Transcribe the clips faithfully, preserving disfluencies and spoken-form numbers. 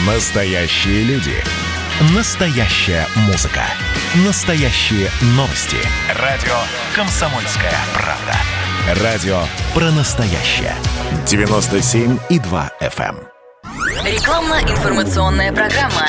Настоящие люди. Настоящая музыка. Настоящие новости. Радио «Комсомольская правда». Радио про настоящее. девяносто семь и два эф эм. Рекламно-информационная программа.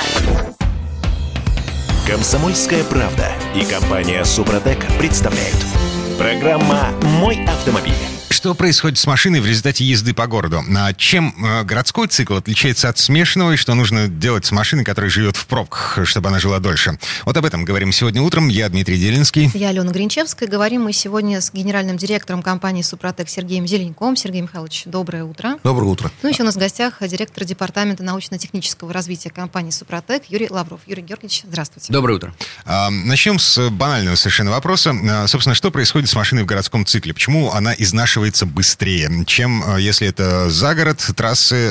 «Комсомольская правда» и компания «Супротек» представляют. Программа «Мой автомобиль». Что происходит с машиной в результате езды по городу? Чем городской цикл отличается от смешанного, и что нужно делать с машиной, которая живет в пробках, чтобы она жила дольше? Вот об этом говорим сегодня утром. Я Дмитрий Делинский. Я Алена Гринчевская. Говорим мы сегодня с генеральным директором компании «Супротек» Сергеем Зеленковым. Сергей Михайлович, доброе утро. Доброе утро. Ну, еще у нас в гостях директор департамента научно-технического развития компании «Супротек» Юрий Лавров. Юрий Георгиевич, здравствуйте. Доброе утро. А, начнем с банального совершенно вопроса. А, собственно, что происходит с машиной в городском цикле? Почему она изнашивается быстрее, чем если это за город, трассы,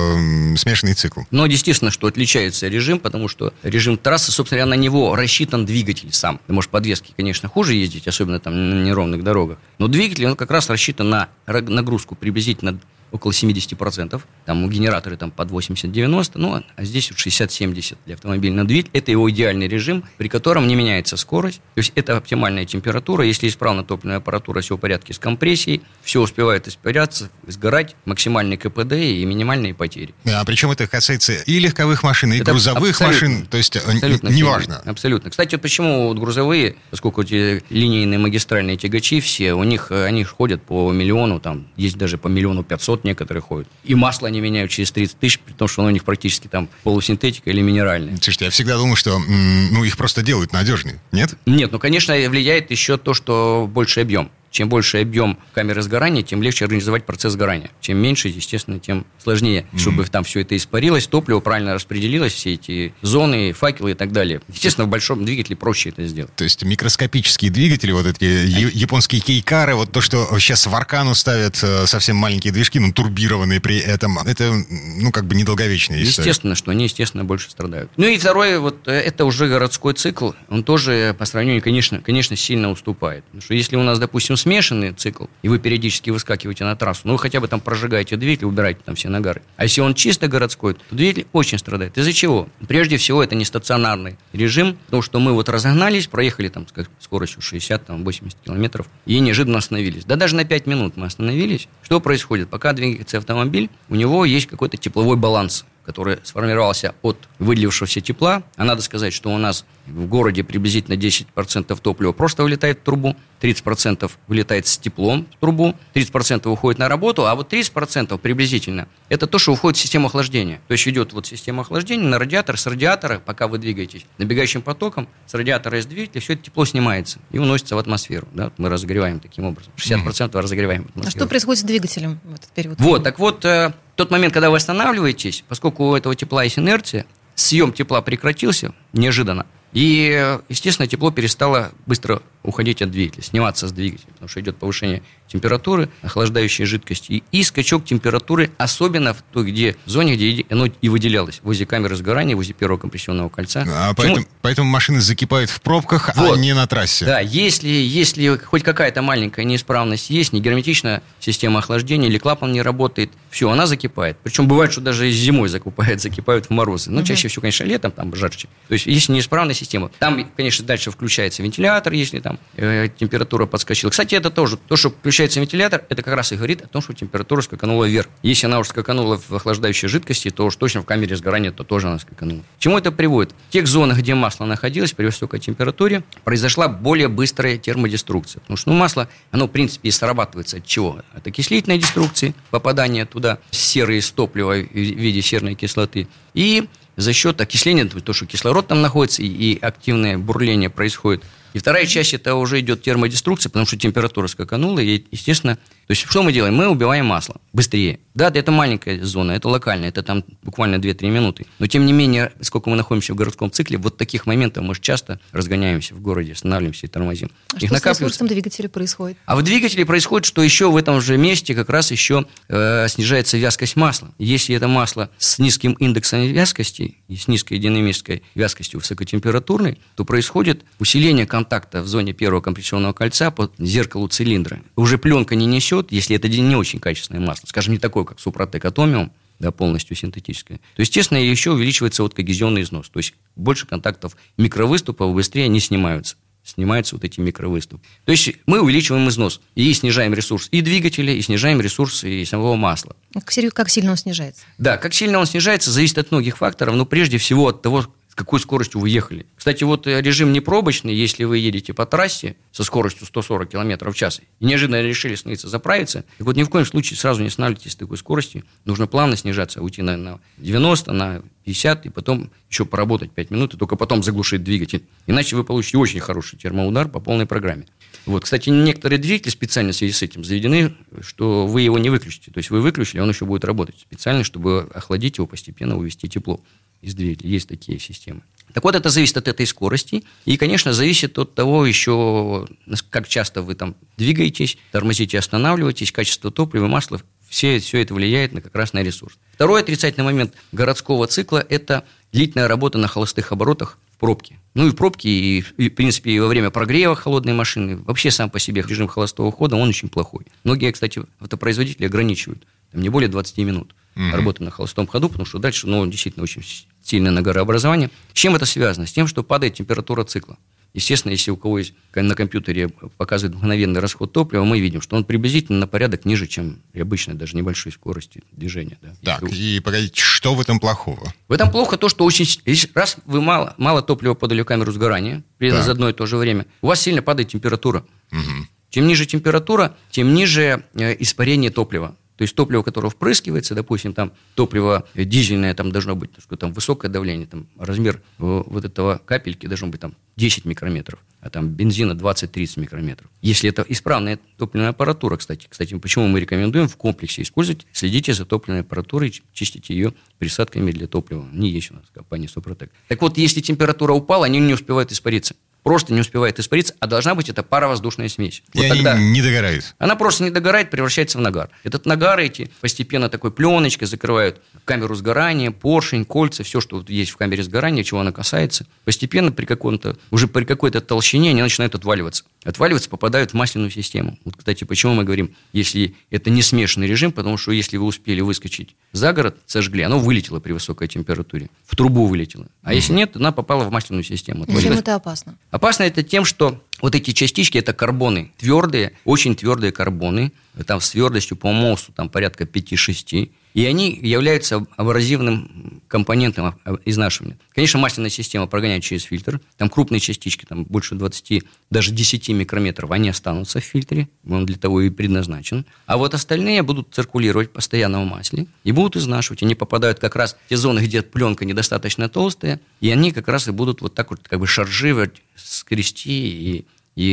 э, смешанный цикл? Но действительно, что отличается режим, потому что режим трассы, собственно говоря, на него рассчитан двигатель сам. Ты можешь подвески, конечно, хуже ездить, особенно там на неровных дорогах, но двигатель, он как раз рассчитан на нагрузку приблизительно около семьдесят процентов. Там у генератора там под восемьдесят-девяносто, ну, а здесь вот шестьдесят-семьдесят для автомобильного двигателя. Это его идеальный режим, при котором не меняется скорость. То есть это оптимальная температура. Если исправна топливная аппаратура, все в порядке с компрессией, все успевает испаряться, сгорать, максимальный ка пэ дэ и минимальные потери. А причем это касается и легковых машин, и это грузовых машин, то есть неважно. Абсолютно. Кстати, вот почему вот грузовые, поскольку эти линейные магистральные тягачи все, у них, они ходят по миллиону, там есть даже по миллиону пятьсот некоторые ходят. И масло они меняют через тридцать тысяч, при том, что оно у них практически там полусинтетика или минеральное. Слушайте, я всегда думал, что ну, их просто делают надежнее, нет? Нет, ну, конечно, влияет еще то, что больше объем. Чем больше объем камеры сгорания, тем легче организовать процесс сгорания. Чем меньше, естественно, тем сложнее, mm-hmm. чтобы там все это испарилось, топливо правильно распределилось, все эти зоны, факелы и так далее. Естественно, в большом двигателе проще это сделать. То есть микроскопические двигатели, вот эти а... японские кейкары, вот то, что сейчас в Аркану ставят совсем маленькие движки, ну, турбированные при этом, это, ну, как бы недолговечная история. Естественно, что они, естественно, больше страдают. Ну и второе, вот это уже городской цикл, он тоже по сравнению, конечно, конечно, сильно уступает. Потому что если у нас, допустим, смешанный цикл, и вы периодически выскакиваете на трассу, ну, вы хотя бы там прожигаете двигатель, убираете там все нагары. А если он чисто городской, то двигатель очень страдает. Из-за чего? Прежде всего, это не стационарный режим, потому что мы вот разогнались, проехали там с скоростью шестьдесят-восемьдесят километров, и неожиданно остановились. Да даже на пять минут мы остановились. Что происходит? Пока двигается автомобиль, у него есть какой-то тепловой баланс, который сформировался от выделившегося тепла. А надо сказать, что у нас в городе приблизительно десять процентов топлива просто вылетает в трубу, тридцать процентов вылетает с теплом в трубу, тридцать процентов уходит на работу, а вот тридцать процентов приблизительно это то, что уходит в систему охлаждения. То есть идет вот система охлаждения на радиатор, с радиатора, пока вы двигаетесь набегающим потоком, с радиатора из двигателя все это тепло снимается и уносится в атмосферу. Да? Мы разогреваем таким образом. шестьдесят процентов разогреваем атмосферу. А что происходит с двигателем в этот период? Вот, так вот, в тот момент, когда вы останавливаетесь, поскольку у этого тепла есть инерция, съем тепла прекратился неожиданно. И, естественно, тепло перестало быстро уходить от двигателя, сниматься с двигателя, потому что идет повышение температуры, охлаждающей жидкости, и скачок температуры, особенно в той где, зоне, где оно и выделялось, возле камеры сгорания, возле первого компрессионного кольца. А поэтому, поэтому машины закипают в пробках, вот. А не на трассе. Да, если, если хоть какая-то маленькая неисправность есть, не герметичная система охлаждения или клапан не работает, все, она закипает. Причем бывает, что даже зимой закипает, закипают в морозы. Но угу. чаще всего, конечно, летом, там жарче. То есть, если неисправная система, там, конечно, дальше включается вентилятор, если там э, температура подскочила. Кстати, это тоже, то, что включается вентилятор, это как раз и говорит о том, что температура скаканула вверх. Если она уже скаканула в охлаждающей жидкости, то уж точно в камере сгорания, то тоже она скаканула. К чему это приводит? В тех зонах, где масло находилось при высокой температуре, произошла более быстрая термодеструкция. Потому что ну, масло, оно, в принципе, и срабатывается от чего? От окислительной деструкции, попадания туда серы из топлива в виде серной кислоты. И за счет окисления, то, что кислород там находится, и активное бурление происходит. И вторая часть, это уже идет термодеструкция, потому что температура скаканула, и, естественно, то есть, что мы делаем? Мы убиваем масло быстрее. Да, это маленькая зона, это локально, это там буквально две-три минуты. Но, тем не менее, сколько мы находимся в городском цикле, вот таких моментов мы же часто разгоняемся в городе, останавливаемся и тормозим. А Их что с ресурсом двигателя происходит? А в двигателе происходит, что еще в этом же месте как раз еще э, снижается вязкость масла. Если это масло с низким индексом вязкости и с низкой динамической вязкостью высокотемпературной, то происходит усиление контакта в зоне первого компрессионного кольца по зеркалу цилиндра. Уже пленка не несет, если это не очень качественное масло, скажем, не такое, как Супротек Атомиум, да, полностью синтетическая, то, естественно, еще увеличивается вот когезионный износ. То есть больше контактов микровыступов быстрее не снимаются. Снимаются вот эти микровыступы. То есть мы увеличиваем износ и снижаем ресурс и двигателя, и снижаем ресурс и самого масла. Как сильно он снижается? Да, как сильно он снижается, зависит от многих факторов, но прежде всего от того, с какой скоростью вы ехали. Кстати, вот режим непробочный, если вы едете по трассе со скоростью сто сорок километров в час и неожиданно решили остановиться, заправиться, так вот ни в коем случае сразу не останавливайтесь с такой скоростью. Нужно плавно снижаться, уйти на, на девяносто, на пятьдесят, и потом еще поработать пять минут, и только потом заглушить двигатель. Иначе вы получите очень хороший термоудар по полной программе. Вот, кстати, некоторые двигатели специально в связи с этим заведены, что вы его не выключите. То есть вы выключили, он еще будет работать специально, чтобы охладить его, постепенно увести тепло из двигателя. Есть такие системы. Так вот, это зависит от этой скорости. И, конечно, зависит от того еще, как часто вы там двигаетесь, тормозите, останавливаетесь, качество топлива, масла. Все, все это влияет на, как раз на ресурс. Второй отрицательный момент городского цикла – это длительная работа на холостых оборотах в пробке. Ну и в пробке, и, и, в принципе, и во время прогрева холодной машины. Вообще сам по себе режим холостого хода, он очень плохой. Многие, кстати, автопроизводители ограничивают. Там не более двадцать минут mm-hmm. работы на холостом ходу, потому что дальше, ну, действительно, очень сильное нагорообразование. С чем это связано? С тем, что падает температура цикла. Естественно, если у кого есть на компьютере показывает мгновенный расход топлива, мы видим, что он приблизительно на порядок ниже, чем при обычной, даже небольшой скорости движения. Да. Так, если... и погодите, что в этом плохого? В этом плохо то, что очень... Раз вы мало, мало топлива подали в камеру сгорания, при этом за одно и то же время, у вас сильно падает температура. Угу. Чем ниже температура, тем ниже испарение топлива. То есть топливо, которое впрыскивается, допустим, там топливо дизельное, там должно быть там, высокое давление, там, размер вот этого капельки должен быть там, десять микрометров, а там бензина двадцать-тридцать микрометров. Если это исправная топливная аппаратура, кстати, кстати, почему мы рекомендуем в комплексе использовать, следите за топливной аппаратурой, чистите ее присадками для топлива. Не есть у нас компания Супротек. Так вот, если температура упала, они не успевают испариться. Просто не успевает испариться, а должна быть это паровоздушная смесь. И вот они тогда не догорают. Она просто не догорает, превращается в нагар. Этот нагар эти постепенно такой пленочкой закрывают камеру сгорания, поршень, кольца, все, что есть в камере сгорания, чего она касается. Постепенно при каком-то, уже при какой-то толщине они начинают отваливаться. Отваливаться, попадают в масляную систему. Вот, кстати, почему мы говорим, если это не смешанный режим, потому что если вы успели выскочить за город, сожгли, оно вылетело при высокой температуре, в трубу вылетело. А mm-hmm. если нет, она попала в масляную систему. Чем это опасно? Опасно это тем, что вот эти частички, это карбоны, твердые, очень твердые карбоны, там с твердостью по МОСу там порядка пять-шесть, и они являются абразивным компонентом изнашивания. Конечно, масляная система прогоняет через фильтр, там крупные частички, там больше двадцати, даже десяти микрометров, они останутся в фильтре, он для того и предназначен, а вот остальные будут циркулировать постоянно в масле и будут изнашивать, они попадают как раз в те зоны, где пленка недостаточно толстая, и они как раз и будут вот так вот как бы шаржировать, скрести и...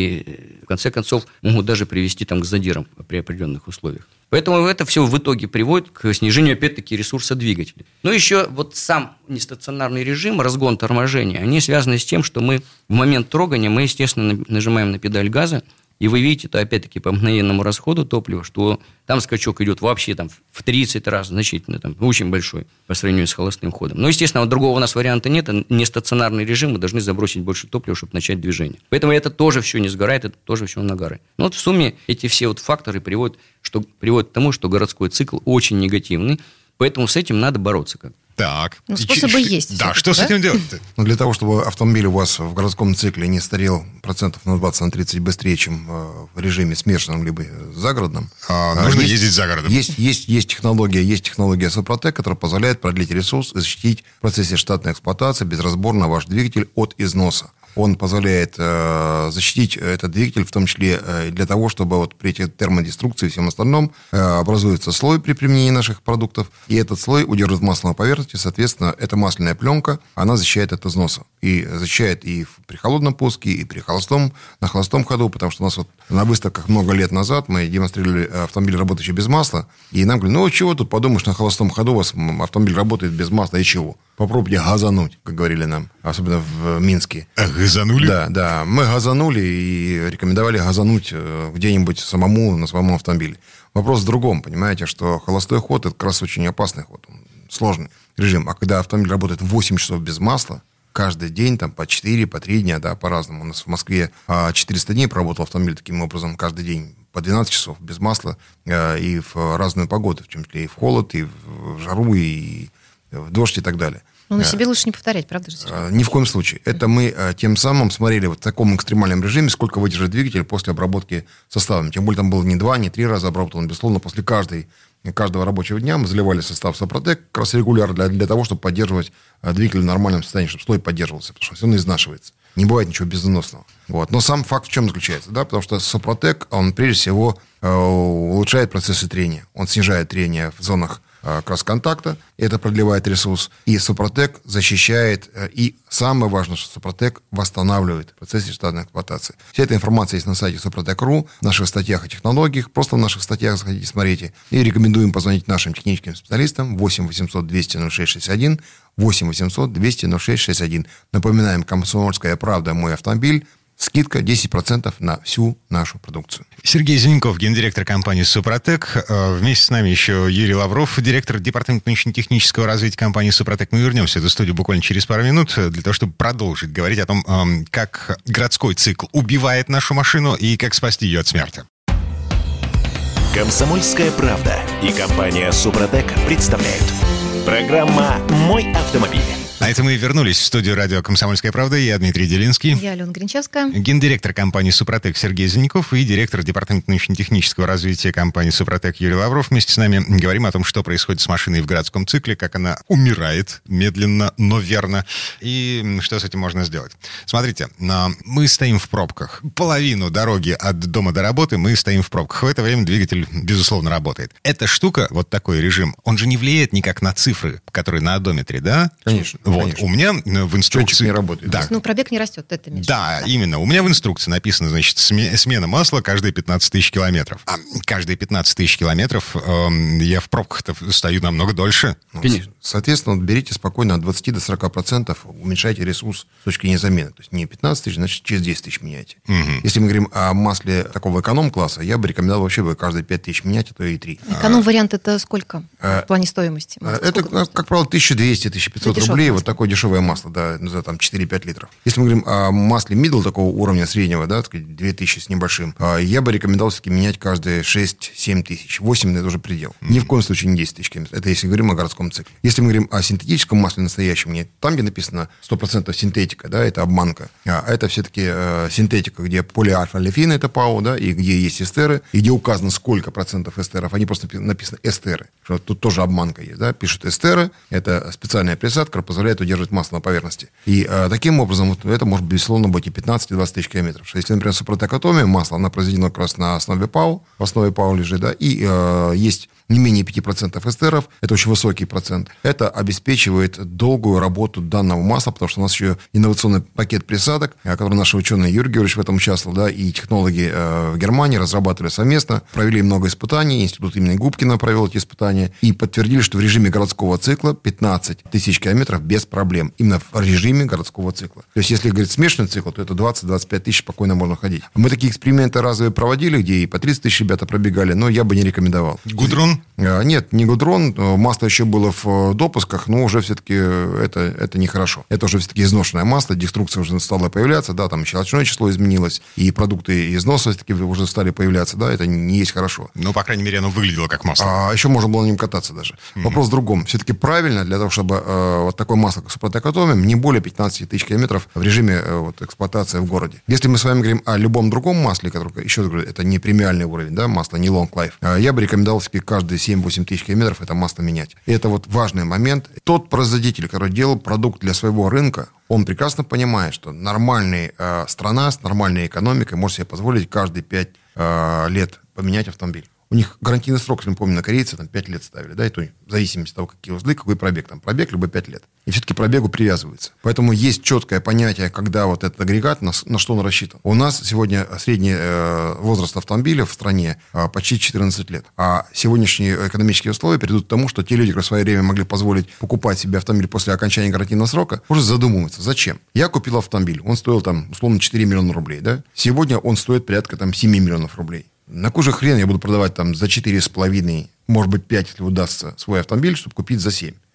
И, в конце концов, могут даже привести там, к задирам при определенных условиях. Поэтому это все в итоге приводит к снижению, опять-таки, ресурса двигателя. Но еще вот сам нестационарный режим, разгон торможения, они связаны с тем, что мы в момент трогания, мы, естественно, нажимаем на педаль газа, и вы видите, это опять-таки по мгновенному расходу топлива, что там скачок идет вообще там, в тридцать раз значительно, там, очень большой по сравнению с холостым ходом. Но, естественно, вот другого у нас варианта нет, а не стационарный режим, мы должны забросить больше топлива, чтобы начать движение. Поэтому это тоже все не сгорает, это тоже все нагары. Но вот в сумме эти все вот факторы приводят, что, приводят к тому, что городской цикл очень негативный, поэтому с этим надо бороться как-то. Так. Ну, способы и, есть. Да, что да? с этим делать-то? Ну, для того, чтобы автомобиль у вас в городском цикле не старел процентов на двадцать-тридцать быстрее, чем в режиме смешанном либо загородном. А, нужно есть, ездить за городом. Есть, есть, есть технология, есть технология Супротек, которая позволяет продлить ресурс и защитить в процессе штатной эксплуатации безразборно ваш двигатель от износа. Он позволяет э, защитить этот двигатель, в том числе э, для того, чтобы вот при этих термодеструкции и всем остальном э, образуется слой при применении наших продуктов, и этот слой удерживает масло на поверхности, соответственно, эта масляная пленка, она защищает от износа. И защищает и при холодном пуске, и при холостом, на холостом ходу, потому что у нас вот на выставках много лет назад мы демонстрировали автомобиль, работающий без масла, и нам говорили, ну, чего тут, подумаешь, на холостом ходу у вас автомобиль работает без масла, и чего? Попробуйте газануть, как говорили нам, особенно в Минске. А газанули? Да, да. Мы газанули и рекомендовали газануть где-нибудь самому на своем автомобиле. Вопрос в другом, понимаете, что холостой ход – это как раз очень опасный ход, сложный режим. А когда автомобиль работает восемь часов без масла, каждый день, там, по четыре, по три дня, да, по-разному. У нас в Москве четыреста дней проработал автомобиль таким образом, каждый день по двенадцать часов без масла и в разную погоду, в том числе и в холод, и в жару, и в дождь и так далее. Ну, на себе лучше не повторять, правда же, Сергей? Ни в коем случае. Это мы тем самым смотрели вот в таком экстремальном режиме, сколько выдержит двигатель после обработки составом. Тем более там было не два, не три раза обработан. Безусловно, после каждой, каждого рабочего дня мы заливали состав Супротек как раз регулярно для, для того, чтобы поддерживать двигатель в нормальном состоянии, чтобы слой поддерживался, потому что все равно изнашивается. Не бывает ничего бездоносного. Вот. Но сам факт в чем заключается? Да? Потому что Супротек, он прежде всего э, улучшает процессы трения. Он снижает трение в зонах как раз контакта, это продлевает ресурс, и Супротек защищает, и самое важное, что Супротек восстанавливает в процессе штатной эксплуатации. Вся эта информация есть на сайте супротек точка ру, в наших статьях о технологиях, просто в наших статьях заходите, смотрите, и рекомендуем позвонить нашим техническим специалистам восемь восемьсот двести ноль шесть шестьдесят один, восемь восемьсот двести ноль шесть шестьдесят один. Напоминаем, «Комсомольская правда. Мой автомобиль». Скидка десять процентов на всю нашу продукцию. Сергей Зеленков, гендиректор компании «Супротек». Вместе с нами еще Юрий Лавров, директор департамента научно-технического развития компании «Супротек». Мы вернемся в эту студию буквально через пару минут для того, чтобы продолжить говорить о том, как городской цикл убивает нашу машину и как спасти ее от смерти. «Комсомольская правда» и компания «Супротек» представляют. Программа «Мой автомобиль». А это мы вернулись в студию радио «Комсомольская правда». Я Дмитрий Делинский. Я Алена Гринчевская. Гендиректор компании «Супротек» Сергей Зеленков и директор департамента научно-технического развития компании «Супротек» Юрий Лавров. Вместе с нами говорим о том, что происходит с машиной в городском цикле, как она умирает медленно, но верно, и что с этим можно сделать. Смотрите, мы стоим в пробках. Половину дороги от дома до работы мы стоим в пробках. В это время двигатель, безусловно, работает. Эта штука, вот такой режим, он же не влияет никак на цифры, которые на одометре, да? Конечно. Вот, Конечно. у меня в инструкции... Счетчик не работает. Да. То есть, ну, пробег не растет, это меньше. Да, именно. У меня в инструкции написано, значит, смена масла каждые пятнадцать тысяч километров. А каждые пятнадцать тысяч километров э, я в пробках-то стою намного дольше. Конечно. Соответственно, вот берите спокойно от двадцати до сорока процентов, уменьшайте ресурс с точки зрения замены. То есть не пятнадцать тысяч, значит, через десять тысяч меняйте. Угу. Если мы говорим о масле такого эконом-класса, я бы рекомендовал вообще бы каждые пять тысяч менять, а то и три. Эконом-вариант это сколько а, в плане стоимости? Это, сколько как правило, тысяча двести - тысяча пятьсот рублей. Вот такое дешевое масло. Да, за там четыре-пять литров. Если мы говорим о масле middle, такого уровня среднего, да, две тысячи с небольшим, я бы рекомендовал все-таки менять каждые шесть-семь тысяч. восемь это уже предел. Mm-hmm. Ни в коем случае не десять тысяч километров. Это если говорим о городском цикле. Если мы говорим о синтетическом масле настоящем, нет, там, где написано сто процентов синтетика, да, это обманка. А это все-таки э, синтетика, где полиальфа-олефины, это ПАО, да, и где есть эстеры, и где указано сколько процентов эстеров, они просто написано эстеры. Что тут тоже обманка есть, да, пишут эстеры, это специальная присадка, которая позволяет удерживать масло на поверхности. И э, таким образом вот, это может, безусловно, быть и пятнадцать-двадцать тысяч километров. Что если, например, Супротек Атомия, масло, она произведена как раз на основе ПАО, в основе ПАО лежит, да, и э, есть не менее пять процентов эстеров, это очень высокий процент. Это обеспечивает долгую работу данного масла, потому что у нас еще инновационный пакет присадок, который наши ученые, Юрий Георгиевич в этом участвовал, да, и технологи э, в Германии разрабатывали совместно, провели много испытаний, институт имени Губкина провел эти испытания, и подтвердили, что в режиме городского цикла пятнадцать тысяч километров без проблем, именно в режиме городского цикла. То есть, если говорить смешанный цикл, то это двадцать-двадцать пять тысяч спокойно можно ходить. Мы такие эксперименты разовые проводили, где и по тридцать тысяч ребята пробегали, но я бы не рекомендовал. Гудрон? Нет, не гудрон. Масло еще было в допусках, но уже все-таки это, это нехорошо. Это уже все-таки изношенное масло, деструкция уже стала появляться, да, там щелочное число изменилось, и продукты износа все-таки уже стали появляться, да, это не есть хорошо. Ну, по крайней мере, оно выглядело как масло. А еще можно было на нем кататься даже. Mm-hmm. Вопрос в другом. Все-таки правильно для того, чтобы э, вот такое масло, как Супротек Атомия, не более пятнадцать тысяч километров в режиме э, вот, эксплуатации в городе. Если мы с вами говорим о любом другом масле, которое, еще раз говорю, это не премиальный уровень, да, масло, не long life, э, я бы рекомендовал все-таки каждые семь-восемь тысяч километров это масло менять. И это вот важный момент. Тот производитель, который делал продукт для своего рынка, он прекрасно понимает, что нормальная э, страна с нормальной экономикой может себе позволить каждые пять э, лет поменять автомобиль. У них гарантийный срок, если мы помним, на корейцы там пять лет ставили, да, и то в зависимости от того, какие узлы, какой пробег, там пробег либо пять лет. И все-таки пробегу привязывается. Поэтому есть четкое понятие, когда вот этот агрегат, на, на что он рассчитан. У нас сегодня средний э, возраст автомобиля в стране э, почти четырнадцать лет. А сегодняшние экономические условия приведут к тому, что те люди, которые в свое время могли позволить покупать себе автомобиль после окончания гарантийного срока, уже задумываются, зачем? Я купил автомобиль, он стоил там условно четыре миллиона рублей, да? Сегодня он стоит порядка там семь миллионов рублей. На кой же хрен я буду продавать там за четыре с половиной, может быть, пять, если удастся, свой автомобиль, чтобы купить за семь?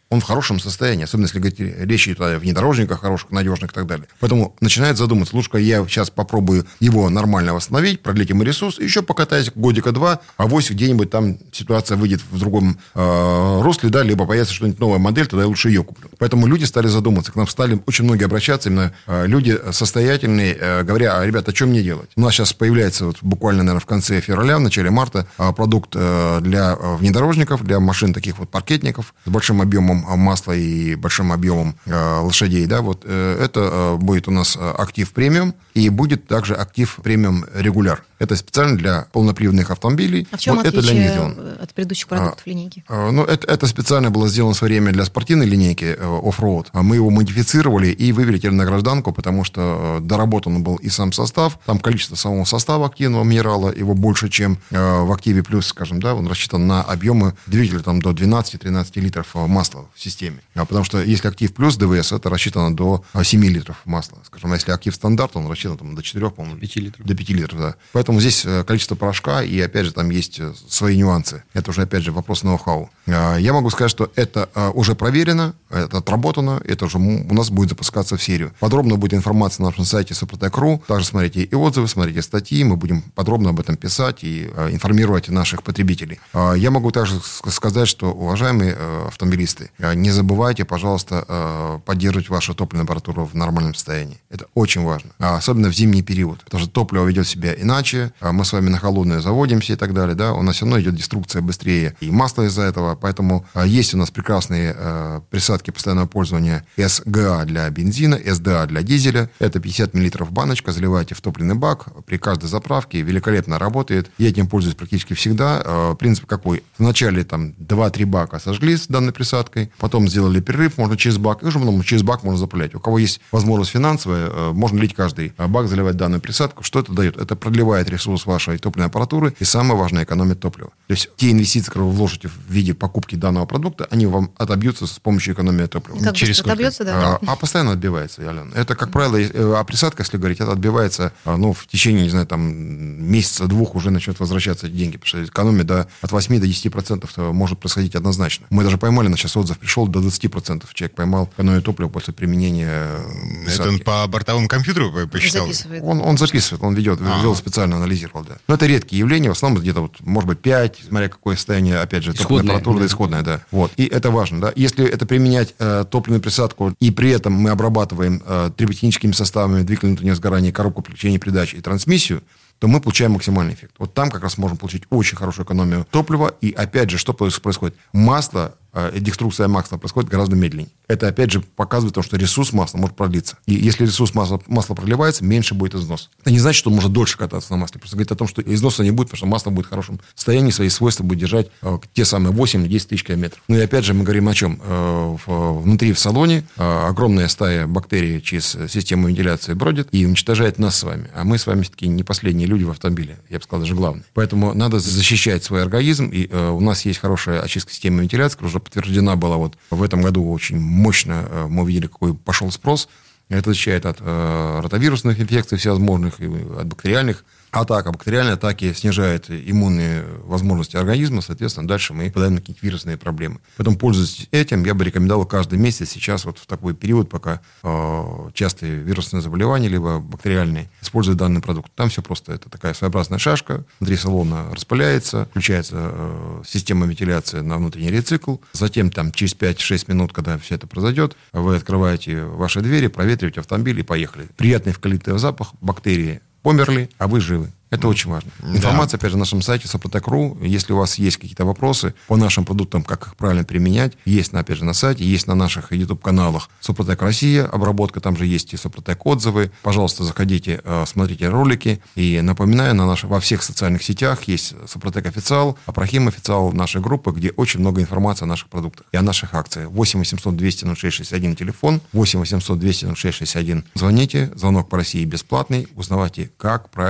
он в хорошем состоянии, особенно если говорить, речь идет о внедорожниках хороших, надежных и так далее. Поэтому начинает задуматься, лучше я сейчас попробую его нормально восстановить, продлить ему ресурс, еще покатаюсь годика два, а вось где-нибудь там ситуация выйдет в другом э, русле, да, либо появится что-нибудь новая модель, тогда я лучше ее куплю. Поэтому люди стали задуматься, к нам стали очень многие обращаться, именно э, люди состоятельные, э, говоря, а, ребята, а что мне делать? У нас сейчас появляется вот, буквально, наверное, в конце февраля, в начале марта э, продукт э, для внедорожников, для машин таких вот паркетников с большим объемом масла и большим объемом э, лошадей, да, вот э, это э, будет у нас актив премиум, и будет также актив премиум регуляр. Это специально для полноприводных автомобилей. А в чем вот отличие это для от предыдущих продуктов а, линейки? А, ну, это, это специально было сделано в свое время для спортивной линейки оффроуд. А мы его модифицировали и вывели теперь на гражданку, потому что доработан был и сам состав. Там количество самого состава активного минерала, его больше, чем э, в активе плюс, скажем, да, он рассчитан на объемы двигателя там, до двенадцать-тринадцать литров масла в системе. А потому что если актив плюс ДВС, это рассчитано до семь литров масла. Скажем, а если актив стандарт, он рассчитан там, до четырех, по-моему. пяти литров. До пяти литров, да. Поэтому здесь количество порошка, и опять же там есть свои нюансы. Это уже, опять же, вопрос ноу-хау. Я могу сказать, что это уже проверено, это отработано, это уже у нас будет запускаться в серию. Подробно будет информация на нашем сайте Супротек точка ру. Также смотрите и отзывы, смотрите статьи, мы будем подробно об этом писать и информировать наших потребителей. Я могу также сказать, что, уважаемые автомобилисты, не забывайте, пожалуйста, поддерживать вашу топливную аппаратуру в нормальном состоянии. Это очень важно. Особенно в зимний период. Потому что топливо ведет себя иначе. Мы с вами на холодное заводимся и так далее. Да? У нас все равно идет деструкция быстрее. И масло из-за этого. Поэтому есть у нас прекрасные присадки постоянного пользования эс гэ а для бензина, эс дэ а для дизеля. Это пятьдесят миллилитров баночка. Заливаете в топливный бак. При каждой заправке великолепно работает. Я этим пользуюсь практически всегда. Принцип какой? Вначале там два-три бака сожгли с данной присадкой. Потом сделали перерыв. Можно через бак. И уже потом через бак можно заправлять. У кого есть возможность финансовая, можно лить каждый бак, заливать данную присадку. Что это дает? Это продлевает ресурс вашей топливной аппаратуры и, самое важное, экономит топливо. То есть те инвестиции, которые вы вложите в виде покупки данного продукта, они вам отобьются с помощью экономии топлива. Как через отобьется, да? А, а постоянно отбивается, Алена. Это, как правило, а присадка, если говорить, это отбивается, ну, в течение, не знаю, там, месяца-двух уже начнут возвращаться эти деньги, потому что экономия до, от восьми до десяти процентов может происходить однозначно. Мы даже поймали, на сейчас отзыв пришел, до двадцати процентов человек поймал экономию топлива после применения присадки. Это он по бортовому компьютеру посчитал? Он, он записывает, он ведет, а. ведет специально анализировал, да. Но это редкие явления, в основном где-то, вот, может быть, пять, смотря какое состояние, опять же, топливная аппаратура, да, исходная, да. Вот. И это важно, да. Если это применять э, топливную присадку, и при этом мы обрабатываем э, триботехническими составами двигателя внутреннего сгорания, коробку переключения передач и трансмиссию, то мы получаем максимальный эффект. Вот там как раз можем получить очень хорошую экономию топлива. И опять же, что происходит? Масло, э, деструкция масла происходит гораздо медленнее. Это опять же показывает то, что ресурс масла может продлиться. И если ресурс масла, масла продлевается, меньше будет износ. Это не значит, что он может дольше кататься на масле. Просто говорит о том, что износа не будет, потому что масло будет в хорошем состоянии, свои свойства будет держать э, те самые восемь-десять тысяч километров. Ну и опять же мы говорим о чем? Э, в, внутри в салоне э, огромная стая бактерий через систему вентиляции бродит и уничтожает нас с вами. А мы с вами все-таки не последние люди в автомобиле. Я бы сказал, даже главное. Поэтому надо защищать свой организм. И э, у нас есть хорошая очистка системы вентиляции, которая уже подтверждена была вот в этом году очень мощно. Э, мы увидели, какой пошел спрос. Это защищает от э, ротавирусных инфекций всевозможных, и от бактериальных атак. А бактериальные атаки снижают иммунные возможности организма. Соответственно, дальше мы попадаем на какие-то вирусные проблемы. Поэтому, пользуясь этим, я бы рекомендовал каждый месяц сейчас, вот в такой период, пока э, частые вирусные заболевания, либо бактериальные, использовать данный продукт. Там все просто. Это такая своеобразная шашка. Внутри салона распыляется, включается э, система вентиляции на внутренний рецикл. Затем, там, через пять-шесть минут, когда все это произойдет, вы открываете ваши двери, проветриваете автомобиль и поехали. Приятный эвкалиптовый запах, бактерии померли, а вы живы. Это очень важно. Информация, да, опять же, на нашем сайте Супротек точка ру. Если у вас есть какие-то вопросы по нашим продуктам, как их правильно применять, есть, опять же, на сайте, есть на наших YouTube-каналах Супротек Россия, обработка, там же есть и Супротек отзывы. Пожалуйста, заходите, смотрите ролики. И напоминаю, на наших, во всех социальных сетях есть Супротек Официал, Апрахим Официал, нашей группы, где очень много информации о наших продуктах и о наших акциях. восемь восемьсот двести ноль шесть шестьдесят один телефон, восемь восемьсот двести ноль шесть шестьдесят один. Звоните, звонок по России бесплатный, узнавайте, как правильно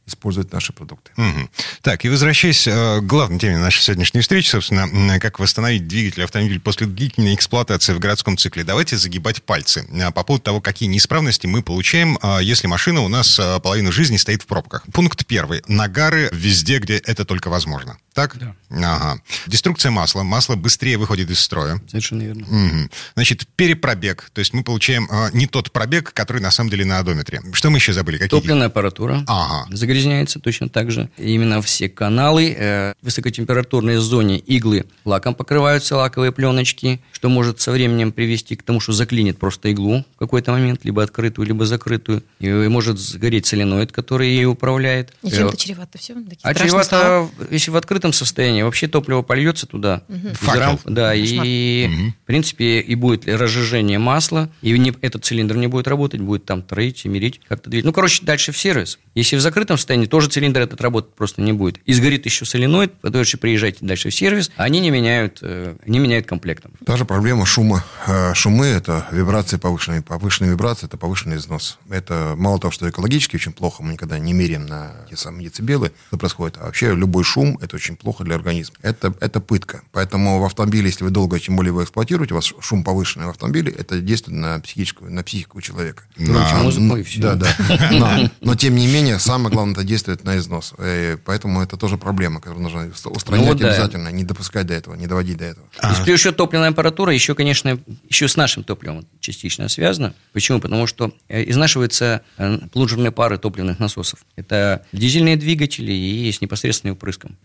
использовать наши продукты. Угу. Так, и возвращаясь к главной теме нашей сегодняшней встречи, собственно, как восстановить двигатель автомобиля после длительной эксплуатации в городском цикле, давайте загибать пальцы по поводу того, какие неисправности мы получаем, если машина у нас половину жизни стоит в пробках. Пункт первый. Нагары везде, где это только возможно. Так? Да. Ага. Деструкция масла. Масло быстрее выходит из строя. Совершенно верно. Угу. Значит, перепробег. То есть мы получаем э, не тот пробег, который на самом деле на одометре. Что мы еще забыли? Какие? Топливная аппаратура ага. загрязняется точно так же. Именно все каналы э, в высокотемпературной зоне иглы лаком покрываются, лаковые пленочки, что может со временем привести к тому, что заклинит просто иглу в какой-то момент, либо открытую, либо закрытую. И может сгореть соленоид, который ей управляет. И чем это чревато все? А чревато, если в открытом состоянии, вообще топливо польется туда. Угу. Факел. Да, Кошмар. и угу. в принципе и будет разжижение масла, и не, этот цилиндр не будет работать, будет там троить, мирить, как-то двигать. Ну, короче, дальше в сервис. Если в закрытом состоянии, тоже цилиндр этот работать просто не будет. И сгорит еще соленоид, вы дальше приезжаете дальше в сервис, а они не меняют, не меняют комплектом. Та же проблема шума. Шумы – это вибрации повышенные. Повышенные вибрации – это повышенный износ. Это мало того, что экологически очень плохо, мы никогда не меряем на те самые децибелы, что происходит. А вообще любой шум – это очень плохо для организма. Это, это пытка. Поэтому в автомобиле, если вы долго, тем более вы эксплуатируете, у вас шум повышенный в автомобиле, это действует на психическую, на психику человека. На музыку и все. Да, да. Но, но, тем не менее, самое главное, это действует на износ. И поэтому это тоже проблема, которую нужно устранять ну, да. обязательно, не допускать до этого, не доводить до этого. А. Плюс еще топливная аппаратура, еще, конечно, еще с нашим топливом частично связана. Почему? Потому что изнашиваются плунжерные пары топливных насосов. Это дизельные двигатели и с непосредственным впрыском.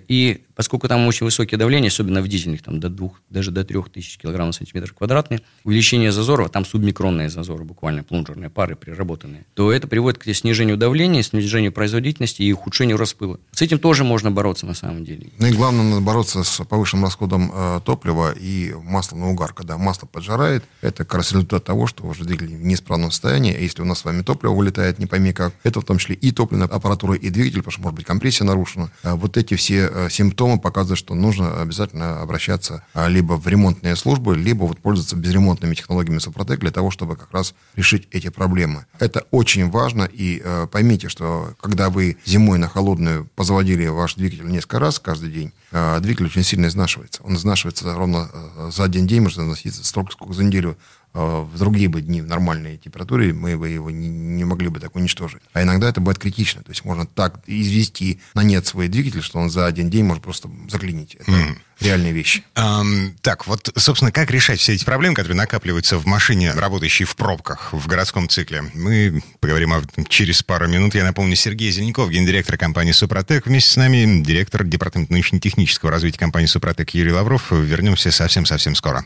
И поскольку там очень высокие давления, особенно в дизельных, там до двух, даже до трех тысяч килограмм на сантиметр квадратный, увеличение зазора, там субмикронные зазоры, буквально плунжерные пары переработанные, то это приводит к снижению давления, снижению производительности и ухудшению распыла. С этим тоже можно бороться на самом деле. Ну и главное, надо бороться с повышенным расходом э, топлива и масла на угар. Когда масло поджарает, это как раз результат того, что уже двигатель в неисправном состоянии. А если у нас с вами топливо вылетает, не пойми как, это в том числе и топливная аппаратура, и двигатель, потому что может быть компрессия нарушена. А вот эти все э, симптомы показывают, что нужно обязательно обращаться а, либо в ремонтные службы, либо вот пользоваться безремонтными технологиями Супротек для того, чтобы как раз решить эти проблемы. Это очень важно, и э, поймите, что когда вы зимой на холодную позаводили ваш двигатель несколько раз каждый день, э, двигатель очень сильно изнашивается. Он изнашивается ровно э, за один день, может износиться столько, сколько за неделю. В другие бы дни в нормальной температуре мы бы его не, не могли бы так уничтожить. А иногда это бывает критично. То есть можно так извести на нет свой двигатель, что он за один день может просто заклинить. Это mm. реальные вещи. Um, так, вот, собственно, как решать все эти проблемы, которые накапливаются в машине, работающей в пробках, в городском цикле? Мы поговорим об этом через пару минут. Я напомню, Сергей Зеленков, гендиректор компании «Супротек». Вместе с нами директор департамента научно-технического развития компании «Супротек» Юрий Лавров. Вернемся совсем-совсем скоро.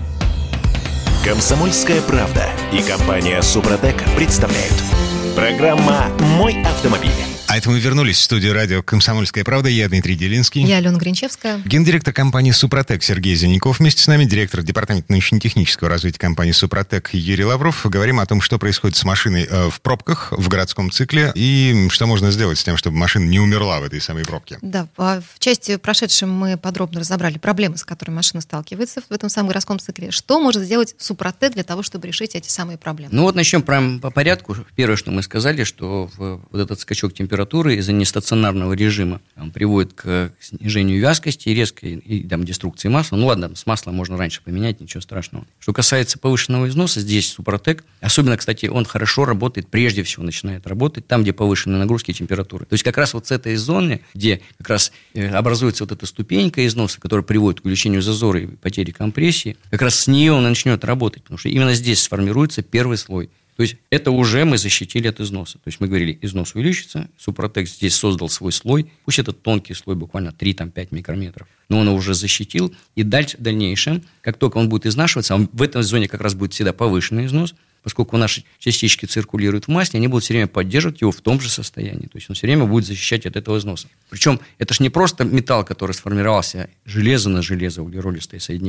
«Комсомольская правда» и компания «Супротек» представляют. Программа «Мой автомобиль». А это мы вернулись в студию радио «Комсомольская правда». Я Дмитрий Делинский. Я Алена Гринчевская. Гендиректор компании «Супротек» Сергей Зеленков. Вместе с нами директор департамента научно-технического развития компании «Супротек» Юрий Лавров. Говорим о том, что происходит с машиной в пробках, в городском цикле, и что можно сделать с тем, чтобы машина не умерла в этой самой пробке. Да, в части прошедшей мы подробно разобрали проблемы, с которыми машина сталкивается в этом самом городском цикле. Что может сделать «Супротек» для того, чтобы решить эти самые проблемы? Ну вот начнем прямо по порядку. Первое, что мы сказали, что вот этот скачок температуры из-за нестационарного режима он приводит к снижению вязкости и резкой и, там, деструкции масла. Ну ладно, с маслом можно раньше поменять, ничего страшного. Что касается повышенного износа, здесь Супротек, особенно, кстати, он хорошо работает, прежде всего начинает работать там, где повышенные нагрузки и температуры. То есть как раз вот с этой зоны, где как раз образуется вот эта ступенька износа, которая приводит к увеличению зазора и потере компрессии, как раз с нее он начнет работать, потому что именно здесь сформируется первый слой. То есть это уже мы защитили от износа. То есть мы говорили, износ увеличится, Супротек здесь создал свой слой, пусть это тонкий слой, буквально три-пять микрометров, но он его уже защитил. И дальше, в дальнейшем, как только он будет изнашиваться, он, в этой зоне как раз будет всегда повышенный износ, поскольку наши частички циркулируют в масле, они будут все время поддерживать его в том же состоянии. То есть он все время будет защищать от этого износа. Причем это же не просто металл, который сформировался, железо на железо, углеродистое соединение.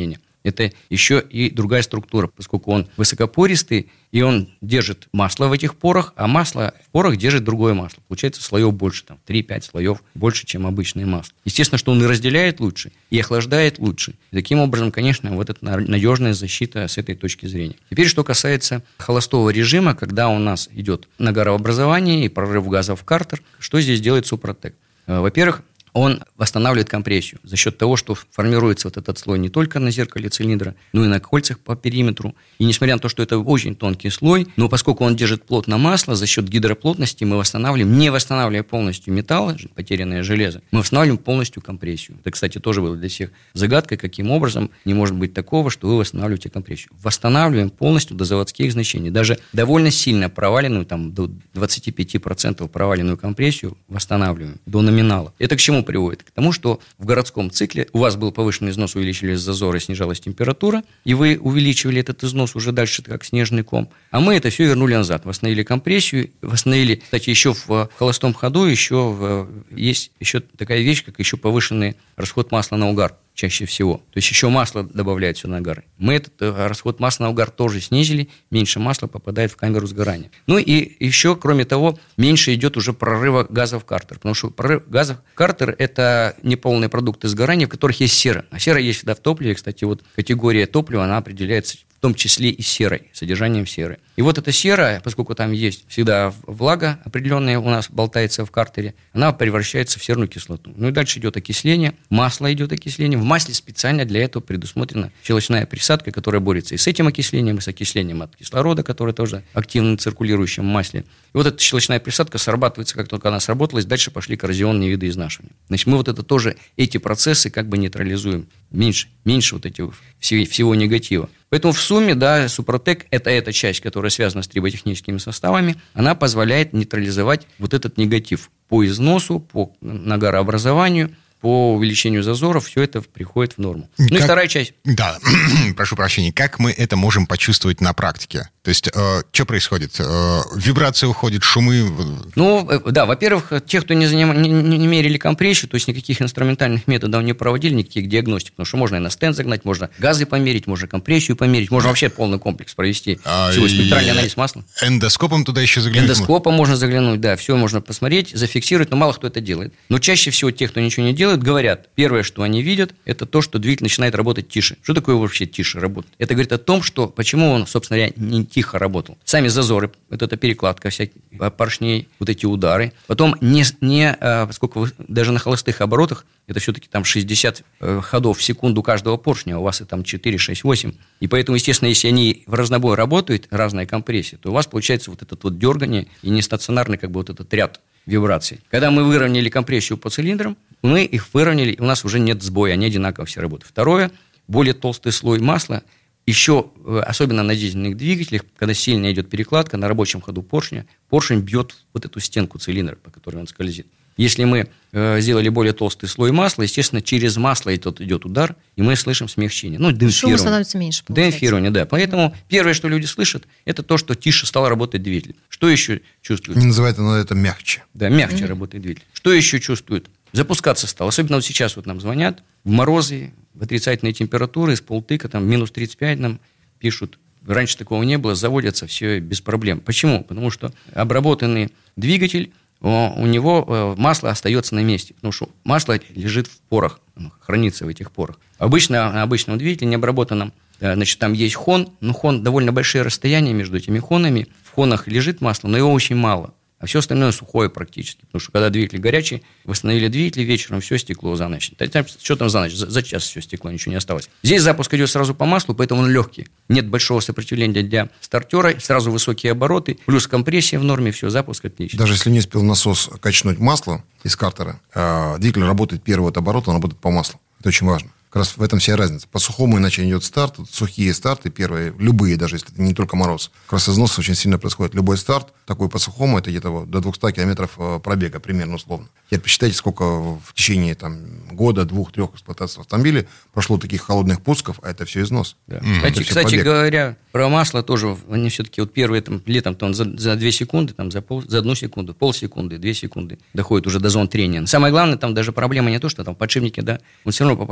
это еще и другая структура, поскольку он высокопористый, и он держит масло в этих порах, а масло в порах держит другое масло. Получается слоев больше, там три-пять слоев больше, чем обычное масло. Естественно, что он и разделяет лучше, и охлаждает лучше. И таким образом, конечно, вот это надежная защита с этой точки зрения. Теперь, что касается холостого режима, когда у нас идет нагарообразование и прорыв газа в картер, что здесь делает Супротек? Во-первых, он восстанавливает компрессию за счет того, что формируется вот этот слой не только на зеркале цилиндра, но и на кольцах по периметру. И несмотря на то, что это очень тонкий слой, но поскольку он держит плотно масло, за счет гидроплотности мы восстанавливаем, не восстанавливая полностью металл, потерянное железо, мы восстанавливаем полностью компрессию. Это, кстати, тоже было для всех загадкой, каким образом не может быть такого, что вы восстанавливаете компрессию. Восстанавливаем полностью до заводских значений. Даже довольно сильно проваленную, там, до двадцать пять процентов проваленную компрессию восстанавливаем до номинала. Это к чему приводит? К тому, что в городском цикле у вас был повышенный износ, увеличились зазоры, снижалась температура, и вы увеличивали этот износ уже дальше, как снежный ком. А мы это все вернули назад. Восстановили компрессию, восстановили, кстати, еще в холостом ходу еще в, есть еще такая вещь, как еще повышенный расход масла на угар. Чаще всего. То есть еще масло добавляют сюда на угар. Мы этот расход масла на угар тоже снизили, меньше масла попадает в камеру сгорания. Ну и еще, кроме того, меньше идет уже прорыва газа в картер, потому что прорыв газа в картер – это неполные продукты сгорания, в которых есть сера. А сера есть всегда в топливе. Кстати, вот категория топлива, она определяется в том числе и серой, содержанием серы. И вот эта сера, поскольку там есть всегда влага определенная у нас болтается в картере, она превращается в серную кислоту. Ну и дальше идет окисление, масло идет окисление. В масле специально для этого предусмотрена щелочная присадка, которая борется и с этим окислением, и с окислением от кислорода, который тоже активно циркулирующем в масле. И вот эта щелочная присадка срабатывается, как только она сработалась, дальше пошли коррозионные виды изнашивания. Значит, мы вот это тоже, эти процессы как бы нейтрализуем. Меньше, меньше вот этих всего, всего негатива. Поэтому в сумме, да, Супротек – это эта часть, которая связана с триботехническими составами, она позволяет нейтрализовать вот этот негатив по износу, по нагарообразованию, по увеличению зазоров, все это приходит в норму. Ну как, и вторая часть. Да, прошу прощения. Как мы это можем почувствовать на практике? То есть, э, что происходит? Э, вибрация уходит, шумы? Ну, э, да, во-первых, те, кто не, заним... не, не мерили компрессию, то есть никаких инструментальных методов не проводили, никаких диагностик, потому что можно и на стенд загнать, можно газы померить, можно компрессию померить, можно вообще полный комплекс провести, а всего спектральный анализ масла. Эндоскопом туда еще заглянуть? Эндоскопом можно заглянуть, да, все можно посмотреть, зафиксировать, но мало кто это делает. Но чаще всего те, кто ничего не делает, говорят, первое, что они видят, это то, что двигатель начинает работать тише. Что такое вообще тише работать? Это говорит о том, что почему он, собственно говоря, не тихо работал. Сами зазоры, вот эта перекладка всяких поршней, вот эти удары. Потом, не, не, поскольку вы даже на холостых оборотах, это все-таки там шестьдесят ходов в секунду каждого поршня, у вас и там четыре, шесть, восемь. И поэтому, естественно, если они в разнобой работают, разная компрессия, то у вас получается вот это вот дергание и нестационарный как бы вот этот ряд вибраций. Когда мы выровняли компрессию по цилиндрам, мы их выровняли, и у нас уже нет сбоя, они одинаково все работают. Второе, более толстый слой масла, еще, особенно на дизельных двигателях, когда сильно идет перекладка на рабочем ходу поршня, поршень бьет вот эту стенку цилиндра, по которой он скользит. Если мы э, сделали более толстый слой масла, естественно, через масло этот идет удар, и мы слышим смягчение. Ну, демпфирование. Шум становится меньше, получается. Демпфирование, да. Поэтому первое, что люди слышат, это то, что тише стал работать двигатель. Что еще чувствуют? Не называют, но это мягче. Да, мягче mm-hmm. работает двигатель. Что еще чувствуют? Запускаться стал. Особенно вот сейчас вот нам звонят в морозы, в отрицательные температуры, из полтыка, там, минус тридцать пять нам пишут. Раньше такого не было, заводятся все без проблем. Почему? Потому что обработанный двигатель, у него масло остается на месте, потому что масло лежит в порах, хранится в этих порах. Обычно на обычном двигателе необработанном, значит, там есть хон, но хон довольно большие расстояния между этими хонами. В хонах лежит масло, но его очень мало. А все остальное сухое практически. Потому что когда двигатель горячий, восстановили двигатель вечером, все стекло за ночь. Что там за ночь? За, за час все стекло, ничего не осталось. Здесь запуск идет сразу по маслу, поэтому он легкий. Нет большого сопротивления для стартера, сразу высокие обороты, плюс компрессия в норме, все, запуск отлично. Даже если не успел насос качнуть масло из картера, двигатель работает первый от оборота, он работает по маслу. Это очень важно. Как раз в этом вся разница. По сухому иначе идет старт, сухие старты первые, любые, даже если это не только мороз. Как раз износ очень сильно происходит. Любой старт, такой по сухому, это где-то до двухсот километров пробега, примерно условно. Теперь посчитайте, сколько в течение там, года, двух-трех эксплуатаций автомобиля прошло таких холодных пусков, а это все износ. Да. Mm. Кстати, кстати говоря, про масло тоже, они все-таки вот первые там, летом там, за, за две секунды, там, за, пол, за одну секунду, полсекунды, две секунды доходит уже до зон трения. Самое главное, там даже проблема не то, что там в подшипнике, да, он все равно попадет, и там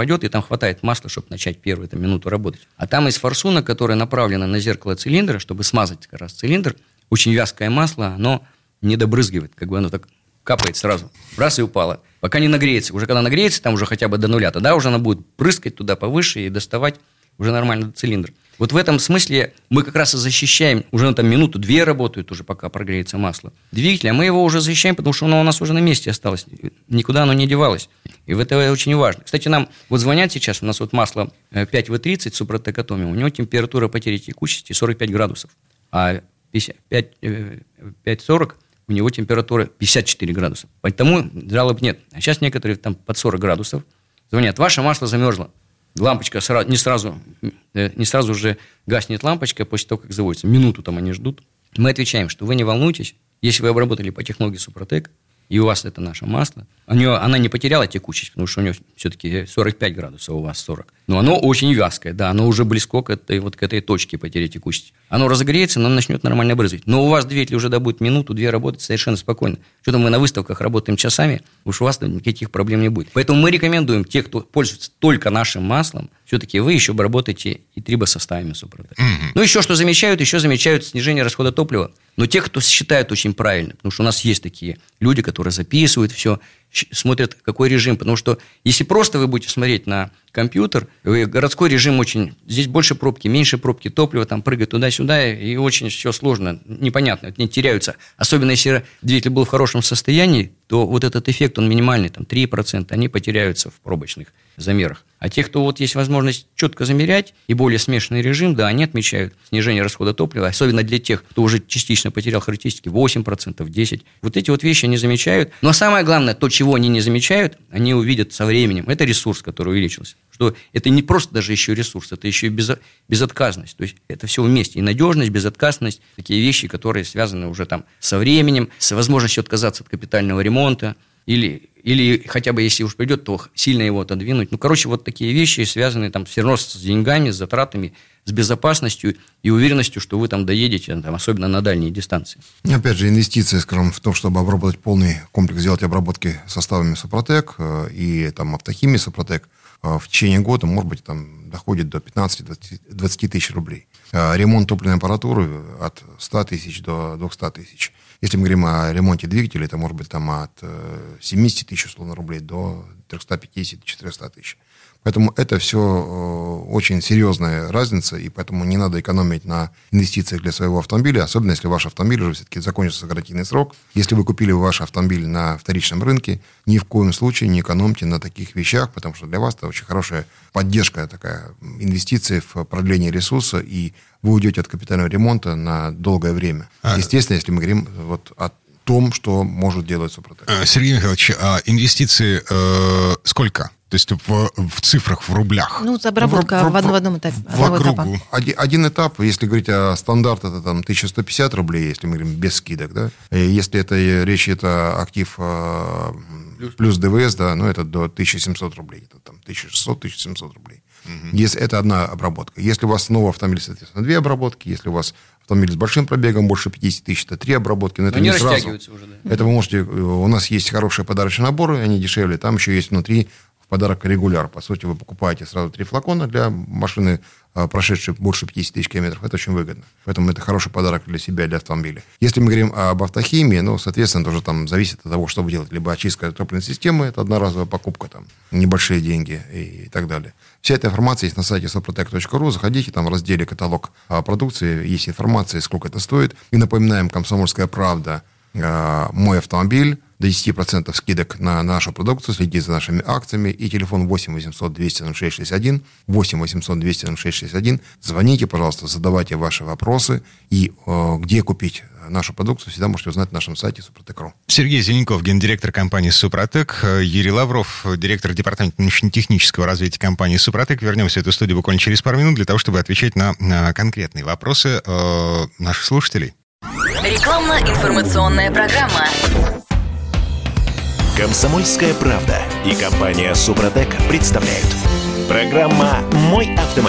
хватает масла, чтобы начать первую там, минуту работать. А там из форсунок, которая направлена на зеркало цилиндра, чтобы смазать как раз цилиндр, очень вязкое масло, оно не добрызгивает, как бы оно так капает сразу, раз и упало. Пока не нагреется. Уже когда нагреется, там уже хотя бы до нуля, тогда уже она будет прыскать туда повыше и доставать уже нормально до цилиндра. Вот в этом смысле мы как раз и защищаем, уже ну, там минуту-две работают уже, пока прогреется масло. Двигатель, а мы его уже защищаем, потому что оно у нас уже на месте осталось, никуда оно не девалось. И это очень важно. Кстати, нам вот звонят сейчас, у нас вот масло пять вэ тридцать Супротек Atomium, у него температура потери текучести сорок пять градусов, а пять сорок у него температура пятьдесят четыре градуса. Поэтому жалоб нет. А сейчас некоторые там под сорок градусов звонят, ваше масло замерзло. Лампочка сразу, не, сразу, не сразу же гаснет лампочка после того, как заводится. Минуту там они ждут. Мы отвечаем, что вы не волнуйтесь. Если вы обработали по технологии Супротек, и у вас это наше масло, у нее, она не потеряла текучесть, потому что у нее все-таки сорок пять градусов, у вас сорок. Но оно очень вязкое, да, оно уже близко к этой, вот к этой точке потери текучести. Оно разогреется, но оно начнет нормально брызгать. Но у вас двигатель уже да, будет минуту-две работать совершенно спокойно. Что-то мы на выставках работаем часами, уж у вас никаких проблем не будет. Поэтому мы рекомендуем тех, кто пользуется только нашим маслом, все-таки вы еще обработаете и трибосоставами Супротек. Mm-hmm. Ну, еще что замечают, еще замечают снижение расхода топлива. Но те, кто считают очень правильно, потому что у нас есть такие люди, которые записывают все, смотрят, какой режим. Потому что если просто вы будете смотреть на компьютер, городской режим очень... Здесь больше пробки, меньше пробки, топливо там прыгает туда-сюда, и очень все сложно, непонятно, они теряются. Особенно если двигатель был в хорошем состоянии, то вот этот эффект, он минимальный, там три процента, они потеряются в пробочных замерах. А те, кто вот есть возможность четко замерять и более смешанный режим, да, они отмечают снижение расхода топлива, особенно для тех, кто уже частично потерял характеристики, восемь процентов, десять процентов. Вот эти вот вещи они замечают. Но самое главное, то, чего они не замечают, они увидят со временем. Это ресурс, который увеличился. Что это не просто даже еще ресурс, это еще и безо, безотказность. То есть это все вместе. И надежность, безотказность, такие вещи, которые связаны уже там со временем, с возможностью отказаться от капитального ремонта. Или, или хотя бы, если уж придет, то сильно его отодвинуть. Ну, короче, вот такие вещи, связанные там все равно с деньгами, с затратами, с безопасностью и уверенностью, что вы там доедете, там, особенно на дальние дистанции. Опять же, инвестиции, скажем, в то, чтобы обработать полный комплекс, сделать обработки составами Супротек и там автохимии Супротек, в течение года, может быть, там доходит до пятнадцать-двадцать тысяч рублей. Ремонт топливной аппаратуры от ста тысяч до двухсот тысяч. Если мы говорим о ремонте двигателя, это может быть там от семидесяти тысяч, условно, рублей до трехсот пятидесяти - четырехсот тысяч. Поэтому это все очень серьезная разница, и поэтому не надо экономить на инвестициях для своего автомобиля, особенно если ваш автомобиль уже все-таки закончился гарантийный срок. Если вы купили ваш автомобиль на вторичном рынке, ни в коем случае не экономьте на таких вещах, потому что для вас это очень хорошая поддержка, такая инвестиция в продление ресурса, и вы уйдете от капитального ремонта на долгое время. А... Естественно, если мы говорим вот о том, что может делать Супротек. Сергей Михайлович, а инвестиции э, сколько? То есть в, в цифрах, в рублях? Ну, обработка в, в, в, в одном этапе. В округу. Один, один этап, если говорить о стандарте, это там тысяча сто пятьдесят рублей, если мы говорим без скидок, да. Если это речь это актив плюс, плюс ДВС, да, ну это до тысяча семьсот рублей, это там тысяча шестьсот - тысяча семьсот рублей. Угу. Если это одна обработка. Если у вас новый автомобиль, соответственно, две обработки. Если у вас автомобиль с большим пробегом, больше пятьдесят тысяч, это три обработки. Но, но это не сразу. Уже, да. Это вы можете... У нас есть хорошие подарочные наборы, они дешевле. Там еще есть внутри подарок регуляр. По сути, вы покупаете сразу три флакона для машины, прошедшей больше пятьдесят тысяч километров. Это очень выгодно. Поэтому это хороший подарок для себя, для автомобиля. Если мы говорим об автохимии, ну, соответственно, тоже там зависит от того, что вы делаете. Либо очистка топливной системы, это одноразовая покупка, там, небольшие деньги и, и так далее. Вся эта информация есть на сайте супротек точка ру. Заходите, там в разделе «Каталог продукции» есть информация, сколько это стоит. И напоминаем, «Комсомольская правда», «Мой автомобиль». До десяти процентов скидок на нашу продукцию. Следите за нашими акциями. И телефон восемь восемьсот двести ноль шесть шестьдесят один. восемь восемьсот двести ноль шесть шестьдесят один. Звоните, пожалуйста, задавайте ваши вопросы. И э, где купить нашу продукцию, всегда можете узнать на нашем сайте супротек точка ру. Сергей Зеленков, гендиректор компании «Супротек». Юрий Лавров, директор департамента научно-технического развития компании «Супротек». Вернемся в эту студию буквально через пару минут для того, чтобы отвечать на, на конкретные вопросы э, наших слушателей. Рекламно-информационная программа. «Комсомольская правда» и компания «Супротек» представляют. Программа «Мой автомобиль».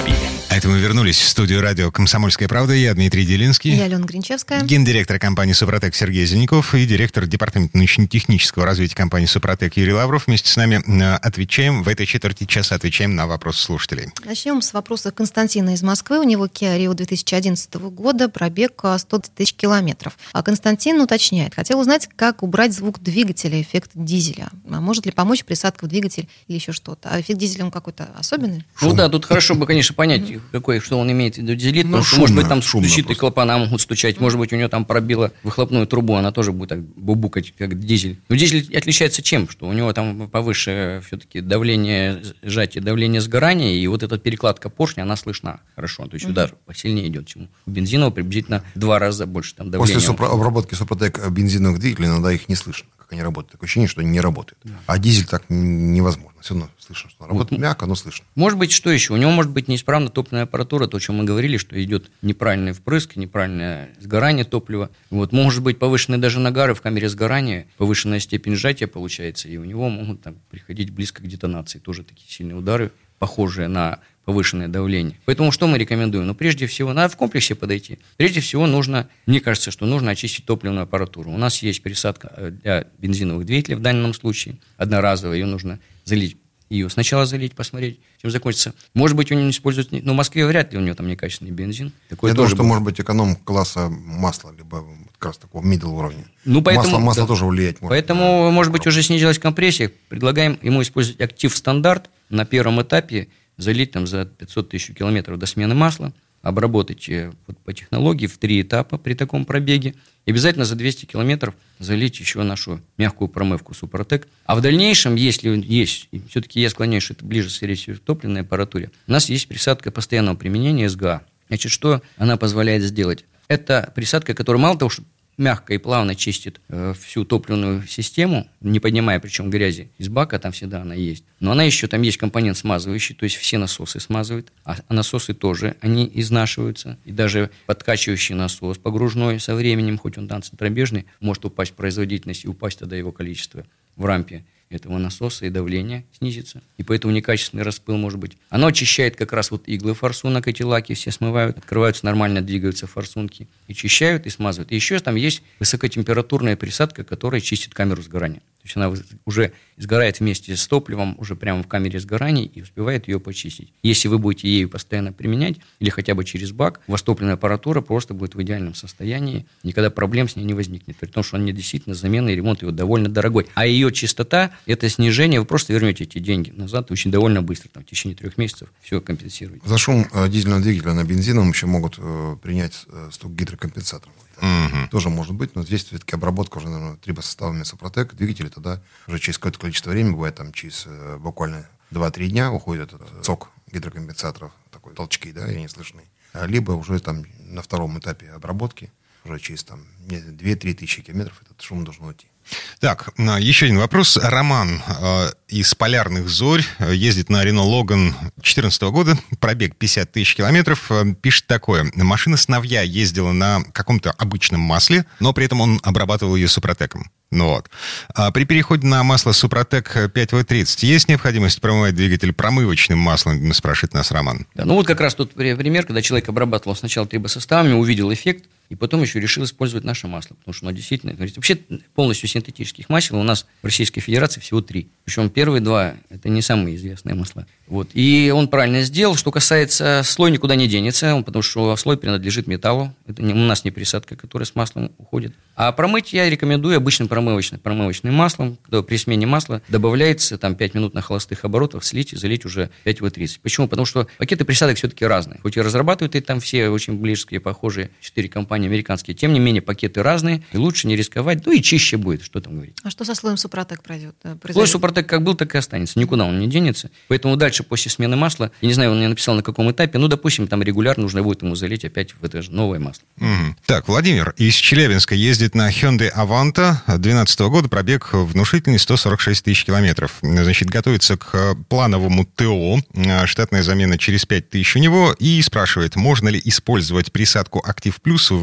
А это мы вернулись в студию радио «Комсомольская правда». Я Дмитрий Делинский. Я Алена Гринчевская. Гендиректор компании «Супротек» Сергей Зеленков и директор департамента научно-технического развития компании «Супротек» Юрий Лавров. Вместе с нами отвечаем, в этой четверти часа отвечаем на вопросы слушателей. Начнем с вопроса Константина из Москвы. У него Kia Rio две тысячи одиннадцатого года, пробег сто тысяч километров. А Константин уточняет, хотел узнать, как убрать звук двигателя, эффект дизеля. А может ли помочь присадка в двигатель или еще что-то? А эффект дизеля он какой-то особенный? Ну да, тут хорошо бы, конечно, понять, какой, что он имеет в виду дизелит, Ну, потому что, шумно, может быть, там шумно защитные просто. клапана могут стучать, может быть, у него там пробило выхлопную трубу, она тоже будет так бубукать, как дизель. Но дизель отличается чем? Что у него там повыше все-таки давление сжатия, давление сгорания, и вот эта перекладка поршня, она слышна хорошо, то есть удар посильнее идет, чем у бензинового приблизительно в два раза больше там давления. После супра- обработки Супротек бензиновых двигателей иногда их не слышно, как они работают. Такое ощущение, что они не работают. А дизель так н- невозможно. Все равно слышно, что он работает мягко, но слышно. Может быть, что еще? У него может быть неисправна топливная аппаратура, то, о чем мы говорили, что идет неправильный впрыск, неправильное сгорание топлива. Вот. Может быть, повышенные даже нагары в камере сгорания, повышенная степень сжатия получается, и у него могут там приходить близко к детонации. Тоже такие сильные удары, похожие на повышенное давление. Поэтому что мы рекомендуем? Ну, прежде всего, надо в комплексе подойти. Прежде всего, нужно, мне кажется, что нужно очистить топливную аппаратуру. У нас есть пересадка для бензиновых двигателей в данном случае, одноразовая, ее нужно залить. Ее сначала залить, посмотреть, чем закончится. Может быть, у него не используют... Ну, в Москве вряд ли у него там некачественный бензин. Такое Я думаю, тоже что будет. может быть эконом-класса масла, либо как раз такого middle уровня. Ну, поэтому, масло масло да. тоже влиять может. Поэтому, на- может быть, уже снизилась компрессия. Предлагаем ему использовать актив стандарт на первом этапе, залить там за пятьсот тысяч километров до смены масла, обработать э, вот, по технологии в три этапа при таком пробеге. И обязательно за двести километров залить еще нашу мягкую промывку Супротек. А в дальнейшем, если есть, и все-таки я склоняюсь, что это ближе, скорее всего, к топливной аппаратуре, у нас есть присадка постоянного применения эс гэ а. Значит, что она позволяет сделать? Это присадка, которая мало того, что мягко и плавно чистит э, всю топливную систему, не поднимая причем грязи из бака, там всегда она есть. Но она еще, там есть компонент смазывающий, то есть все насосы смазывает, а насосы тоже, они изнашиваются. И даже подкачивающий насос погружной со временем, хоть он там центробежный, может упасть в производительность и упасть тогда его количество в рампе этого насоса, и давление снизится. И поэтому некачественный распыл может быть. Оно очищает как раз вот иглы форсунок, эти лаки все смывают, открываются нормально, двигаются форсунки, и очищают, и смазывают. И еще там есть высокотемпературная присадка, которая чистит камеру сгорания. То есть она уже сгорает вместе с топливом, уже прямо в камере сгорания, и успевает ее почистить. Если вы будете ею постоянно применять, или хотя бы через бак, у вас топливная аппаратура просто будет в идеальном состоянии, никогда проблем с ней не возникнет. При том, что она действительно замена и ремонт ее довольно дорогой. А ее чистота, это снижение, вы просто вернете эти деньги назад очень довольно быстро, там, в течение трех месяцев все компенсируете. За шум э, дизельного двигателя на бензиновом еще могут э, принять э, стук гидрокомпенсаторов. Мгм. Тоже может быть, но здесь все-таки обработка уже, наверное, трибосоставами Супротек двигателя, тогда уже через какое-то количество времени, бывает там через э, буквально два-три дня уходит этот э, сок гидрокомпенсаторов, такой толчки, да, и не слышны. А либо уже там на втором этапе обработки, уже через там две-три тысячи километров этот шум должен уйти. Так, а, еще один вопрос. Роман э, из Полярных Зорь э, ездит на Renault Logan две тысячи четырнадцатого года, пробег пятьдесят тысяч километров. Э, пишет такое. Машина сыновья ездила на каком-то обычном масле, но при этом он обрабатывал ее Супротеком. Ну вот. А при переходе на масло Супротек пять вэ тридцать есть необходимость промывать двигатель промывочным маслом, спрашивает нас Роман. Да, ну вот как раз тут пример, когда человек обрабатывал сначала трибосоставами, увидел эффект, и потом еще решил использовать наше масло, потому что оно действительно... Говорит, вообще полностью синтетических масел у нас в Российской Федерации всего три. Причем первые два – это не самые известные масла. Вот. И он правильно сделал. Что касается слой, никуда не денется, он, потому что слой принадлежит металлу. Это не, у нас не присадка, которая с маслом уходит. А промыть я рекомендую обычным промывочным, промывочным маслом, когда при смене масла добавляется там, пять минут на холостых оборотах, слить и залить уже пять вэ тридцать. Почему? Потому что пакеты присадок все-таки разные. Хоть и разрабатывают и там все очень близкие, похожие четыре компании американские, тем не менее пакеты разные, и лучше не рисковать, ну и чище будет, что там говорить. А что со слоем Супротек пройдет? Слой Супротек как был, так и останется, никуда он не денется. Поэтому дальше, после смены масла, я не знаю, он мне написал на каком этапе, ну, допустим, там регулярно нужно будет ему залить опять в это же новое масло. Мгм. Так, Владимир из Челябинска ездит на Hyundai Avanta две тысячи двенадцатого года, пробег внушительный сто сорок шесть тысяч километров. Значит, готовится к плановому ТО, штатная замена через пять тысяч у него, и спрашивает, можно ли использовать присадку Актив Плюс в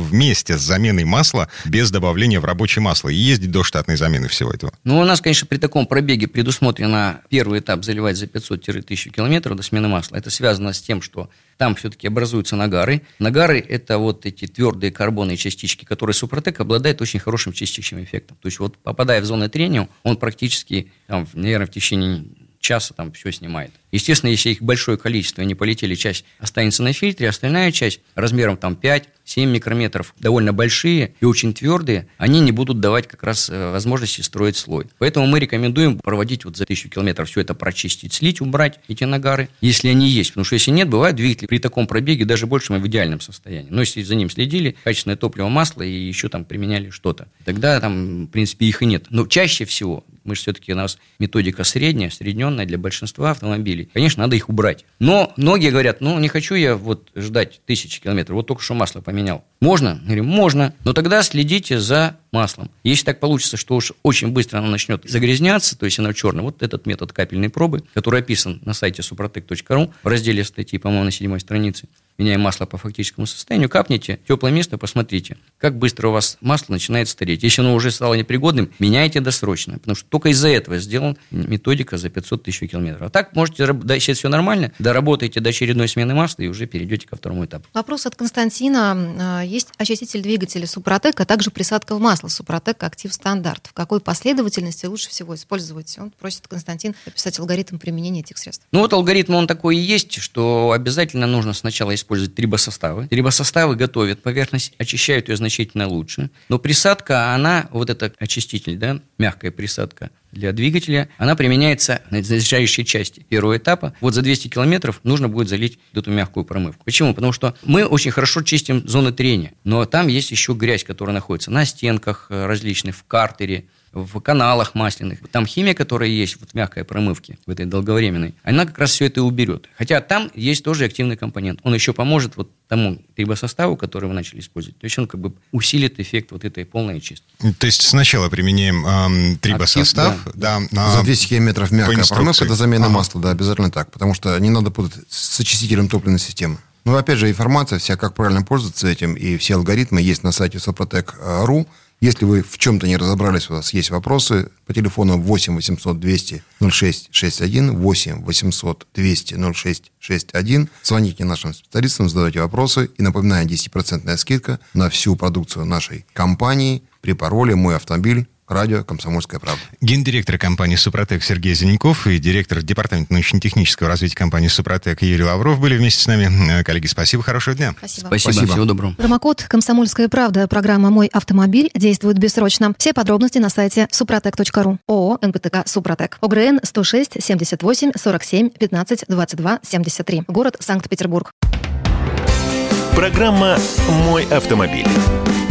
вместе с заменой масла без добавления в рабочее масло и ездить до штатной замены всего этого? Ну, у нас, конечно, при таком пробеге предусмотрено первый этап заливать за пятьсот-тысячу километров до смены масла. Это связано с тем, что там все-таки образуются нагары. Нагары – это вот эти твердые карбонные частички, которые Супротек обладает очень хорошим чистящим эффектом. То есть вот попадая в зону трения, он практически, там, наверное, в течение часа там все снимает. Естественно, если их большое количество, они полетели, часть останется на фильтре, остальная часть размером там пять-семь микрометров, довольно большие и очень твердые, они не будут давать как раз возможности строить слой. Поэтому мы рекомендуем проводить вот за тысячу километров все это прочистить, слить, убрать эти нагары, если они есть. Потому что если нет, бывают двигатели при таком пробеге даже больше мы в идеальном состоянии. Но если за ним следили, качественное топливо, масло и еще там применяли что-то, тогда там, в принципе, их и нет. Но чаще всего, мы же все-таки, у нас методика средняя, усредненная для большинства автомобилей, конечно, надо их убрать. Но многие говорят, ну, не хочу я вот ждать тысячи километров, вот только что масло поменял. Можно? Мы говорим, можно, но тогда следите за маслом. Если так получится, что уж очень быстро оно начнет загрязняться, то есть оно черное, вот этот метод капельной пробы, который описан на сайте супротек точка ру в разделе статьи, по-моему, на седьмой странице, меняем масло по фактическому состоянию, капните, теплое место, посмотрите, как быстро у вас масло начинает стареть. Если оно уже стало непригодным, меняйте досрочно, потому что только из-за этого сделана методика за пятьсот тысяч километров. А так можете, если все нормально, доработаете до очередной смены масла и уже перейдете ко второму этапу. Вопрос от Константина. Есть очиститель двигателя Супротек, а также присадка в масло Супротек Актив Стандарт. В какой последовательности лучше всего использовать? Он просит Константин описать алгоритм применения этих средств. Ну вот алгоритм он такой и есть, что обязательно нужно сначала использовать использовать трибосоставы. Трибосоставы готовят поверхность, очищают ее значительно лучше. Но присадка, она, вот этот очиститель, да, мягкая присадка для двигателя, она применяется на заезжающей части первого этапа. Вот за двести километров нужно будет залить эту мягкую промывку. Почему? Потому что мы очень хорошо чистим зоны трения, но там есть еще грязь, которая находится на стенках различных, в картере, в каналах масляных. Там химия, которая есть вот в мягкой промывке, в этой долговременной, она как раз все это и уберет. Хотя там есть тоже активный компонент. Он еще поможет вот тому трибосоставу, который вы начали использовать. То есть он как бы усилит эффект вот этой полной чистки. То есть сначала применяем эм, трибосостав. Актив, да. Да, За двести километров мягкая промывка, это замена ага. масла, да, обязательно так. Потому что не надо путать с очистителем топливной системы. Ну, опять же, информация вся, как правильно пользоваться этим, и все алгоритмы есть на сайте супротек точка ру. Если вы в чем-то не разобрались, у вас есть вопросы, по телефону восемь восемьсот двести ноль шесть шесть один, восемь восемьсот двести ноль шесть шесть один. Звоните нашим специалистам, задавайте вопросы. И напоминаю, десять процентов скидка на всю продукцию нашей компании при пароле «Мой автомобиль». Радио «Комсомольская правда». Гендиректор компании «Супротек» Сергей Зеленков и директор департамента научно-технического развития компании «Супротек» Юрий Лавров были вместе с нами. Коллеги, спасибо, хорошего дня. Спасибо. Спасибо, спасибо. Всего доброго. Промокод «Комсомольская правда» программа «Мой автомобиль» действует бессрочно. Все подробности на сайте супротек точка ру. ООО «эн пэ тэ ка Супротек». ОГРН сто шесть семьдесят восемь сорок семь пятнадцать двадцать два семьдесят три. Город Санкт-Петербург. Программа «Мой автомобиль».